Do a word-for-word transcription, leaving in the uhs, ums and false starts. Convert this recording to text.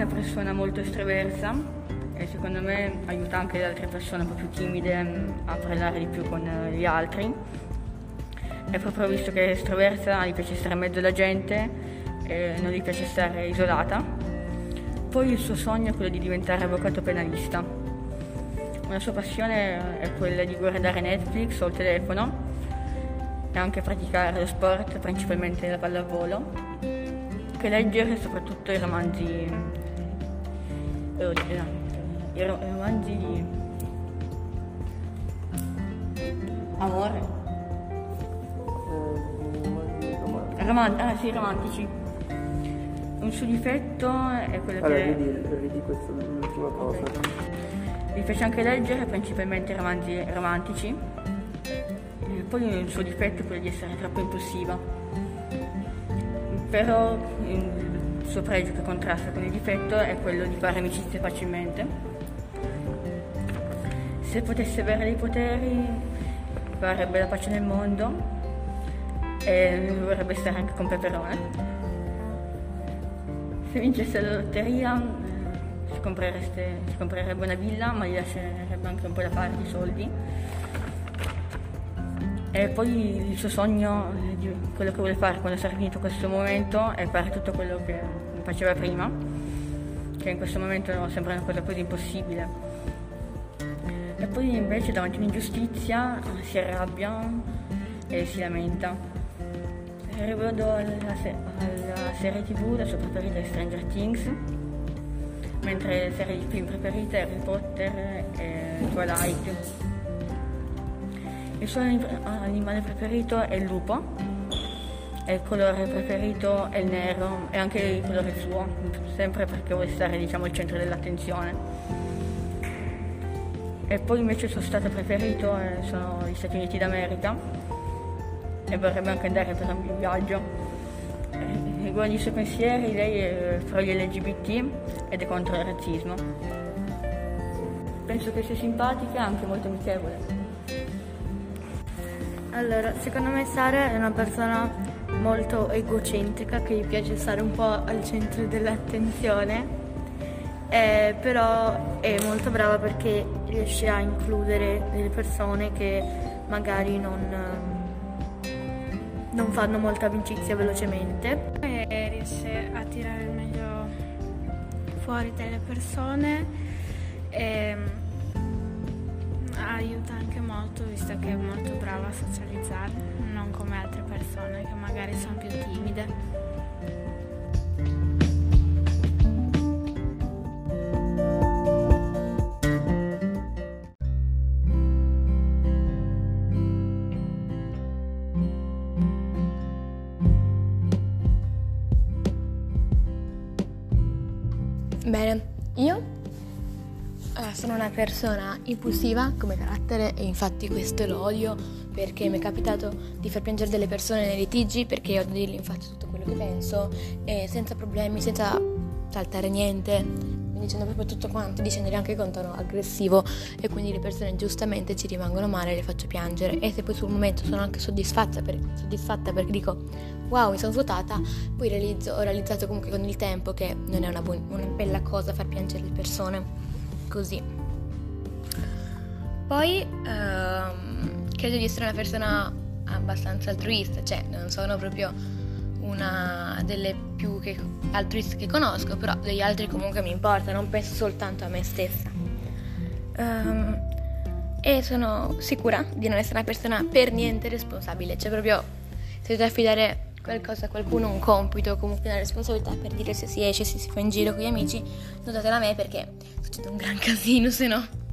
una persona molto estroversa e secondo me aiuta anche le altre persone un po' più timide a parlare di più con gli altri. È proprio visto che è estroversa, gli piace stare in mezzo alla gente e non gli piace stare isolata. Poi il suo sogno è quello di diventare avvocato penalista. Una sua passione è quella di guardare Netflix o il telefono e anche praticare lo sport, principalmente la pallavolo, che leggere soprattutto i romanzi eh, i romanzi di amore. Roman- ah sì, romantici. Un suo difetto è quello allora, che... Allora, vedi, vedi questa l'ultima cosa. Okay. Mi piace anche leggere, principalmente romanzi romantici. E poi il suo difetto è quello di essere troppo impulsiva. Però il suo pregio che contrasta con il difetto è quello di fare amicizie facilmente. Se potesse avere dei poteri, farebbe la pace nel mondo e vorrebbe stare anche con Peperone. Se vincesse la lotteria si, si comprerebbe una villa, ma gli lascerebbe anche un po' da parte di soldi. E poi il suo sogno, quello che vuole fare quando sarà finito questo momento, è fare tutto quello che faceva prima, che in questo momento sembra una cosa quasi impossibile. E poi invece davanti a un'ingiustizia si arrabbia e si lamenta. Riguardo alla, se- alla serie tv, la sua preferita è Stranger Things, mentre la serie di film preferita è Harry Potter e Twilight. Il suo animale preferito è il lupo, e il colore preferito è il nero, e anche il colore suo, sempre perché vuole stare, diciamo, al centro dell'attenzione. E poi invece il suo stato preferito è, sono gli Stati Uniti d'America, e vorrebbe anche andare per un viaggio. Riguardo i suoi pensieri, lei è fra gli L G B T ed è contro il razzismo. Penso che sia simpatica e anche molto amichevole. Allora, secondo me Sara è una persona molto egocentrica, che gli piace stare un po' al centro dell'attenzione, eh, però è molto brava perché riesce a includere delle persone che magari non... non fanno molta amicizia velocemente. E riesce a tirare il meglio fuori dalle persone e aiuta anche molto, visto che è molto brava a socializzare, non come altre persone che magari sono più timide. Bene, io eh, sono una persona impulsiva come carattere e infatti questo lo odio perché mi è capitato di far piangere delle persone nei litigi perché ho da dirgli infatti tutto quello che penso e senza problemi, senza saltare niente, quindi dicendo proprio tutto quanto, dicendoli anche con tono aggressivo e quindi le persone giustamente ci rimangono male e le faccio piangere e se poi sul momento sono anche soddisfatta, per, soddisfatta perché dico wow, mi sono svuotata, poi realizzo, ho realizzato comunque con il tempo che non è una, buon, una bella cosa far piangere le persone così. Poi ehm, credo di essere una persona abbastanza altruista, cioè non sono proprio una delle più che, altruiste che conosco, però degli altri comunque mi importa, non penso soltanto a me stessa. Um, e sono sicura di non essere una persona per niente responsabile, cioè proprio se devo affidare qualcosa a qualcuno, un compito, comunque una responsabilità per dire se si esce, se si fa in giro con gli amici, non datela a me perché succede un gran casino, se no.